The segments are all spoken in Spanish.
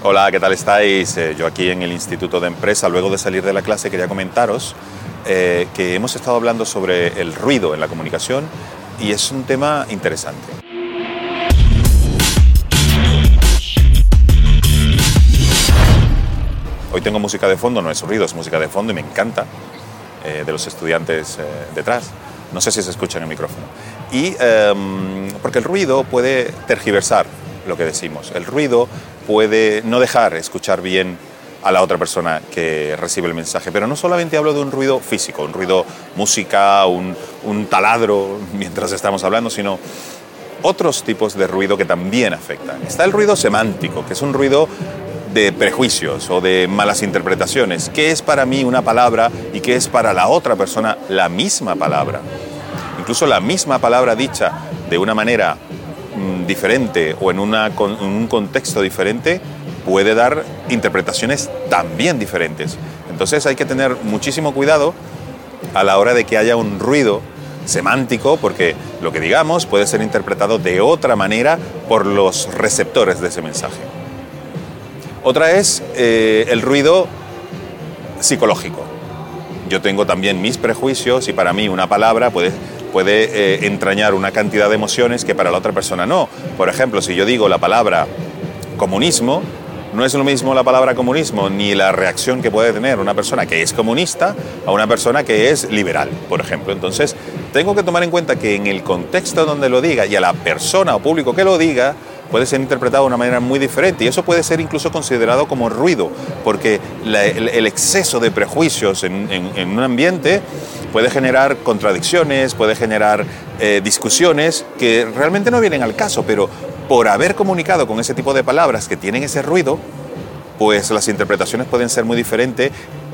Hola, ¿qué tal estáis? Yo aquí en el Instituto de Empresa, luego de salir de la clase, quería comentaros que hemos estado hablando sobre el ruido en la comunicación y es un tema interesante. Hoy tengo música de fondo, no es ruido, es música de fondo y me encanta, de los estudiantes detrás. No sé si se escucha en el micrófono. Porque el ruido puede tergiversar lo que decimos. El ruido puede no dejar escuchar bien a la otra persona que recibe el mensaje. Pero no solamente hablo de un ruido físico, un ruido música, un taladro mientras estamos hablando, sino otros tipos de ruido que también afectan. Está el ruido semántico, que es un ruido de prejuicios o de malas interpretaciones. ¿Qué es para mí una palabra y qué es para la otra persona la misma palabra? Incluso la misma palabra dicha de una manera diferente o en un contexto diferente puede dar interpretaciones también diferentes. Entonces hay que tener muchísimo cuidado a la hora de que haya un ruido semántico, porque lo que digamos puede ser interpretado de otra manera por los receptores de ese mensaje. Otra es el ruido psicológico. Yo tengo también mis prejuicios y para mí una palabra puede entrañar una cantidad de emociones que para la otra persona no. Por ejemplo, si yo digo la palabra comunismo, no es lo mismo la palabra comunismo ni la reacción que puede tener una persona que es comunista a una persona que es liberal, por ejemplo. Entonces, tengo que tomar en cuenta que en el contexto donde lo diga y a la persona o público que lo diga, puede ser interpretado de una manera muy diferente y eso puede ser incluso considerado como ruido, porque el exceso de prejuicios en un ambiente puede generar contradicciones, puede generar discusiones que realmente no vienen al caso, pero por haber comunicado con ese tipo de palabras que tienen ese ruido, pues las interpretaciones pueden ser muy diferentes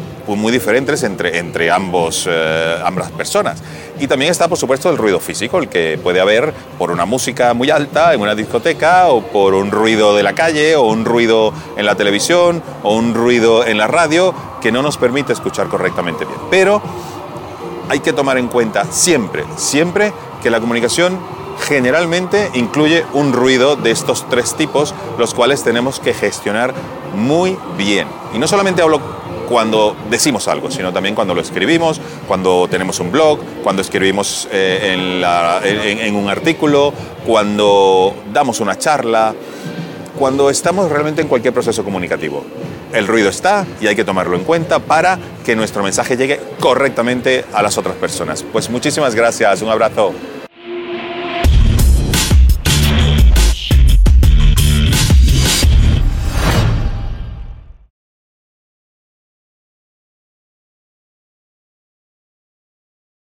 entre ambas personas. Y también está, por supuesto, el ruido físico, el que puede haber por una música muy alta en una discoteca, o por un ruido de la calle, o un ruido en la televisión, o un ruido en la radio, que no nos permite escuchar correctamente bien. Pero hay que tomar en cuenta siempre que la comunicación generalmente incluye un ruido de estos tres tipos, los cuales tenemos que gestionar muy bien. Y no solamente hablo cuando decimos algo, sino también cuando lo escribimos, cuando tenemos un blog, cuando escribimos en un artículo, cuando damos una charla, cuando estamos realmente en cualquier proceso comunicativo. El ruido está y hay que tomarlo en cuenta para que nuestro mensaje llegue correctamente a las otras personas. Pues muchísimas gracias, un abrazo.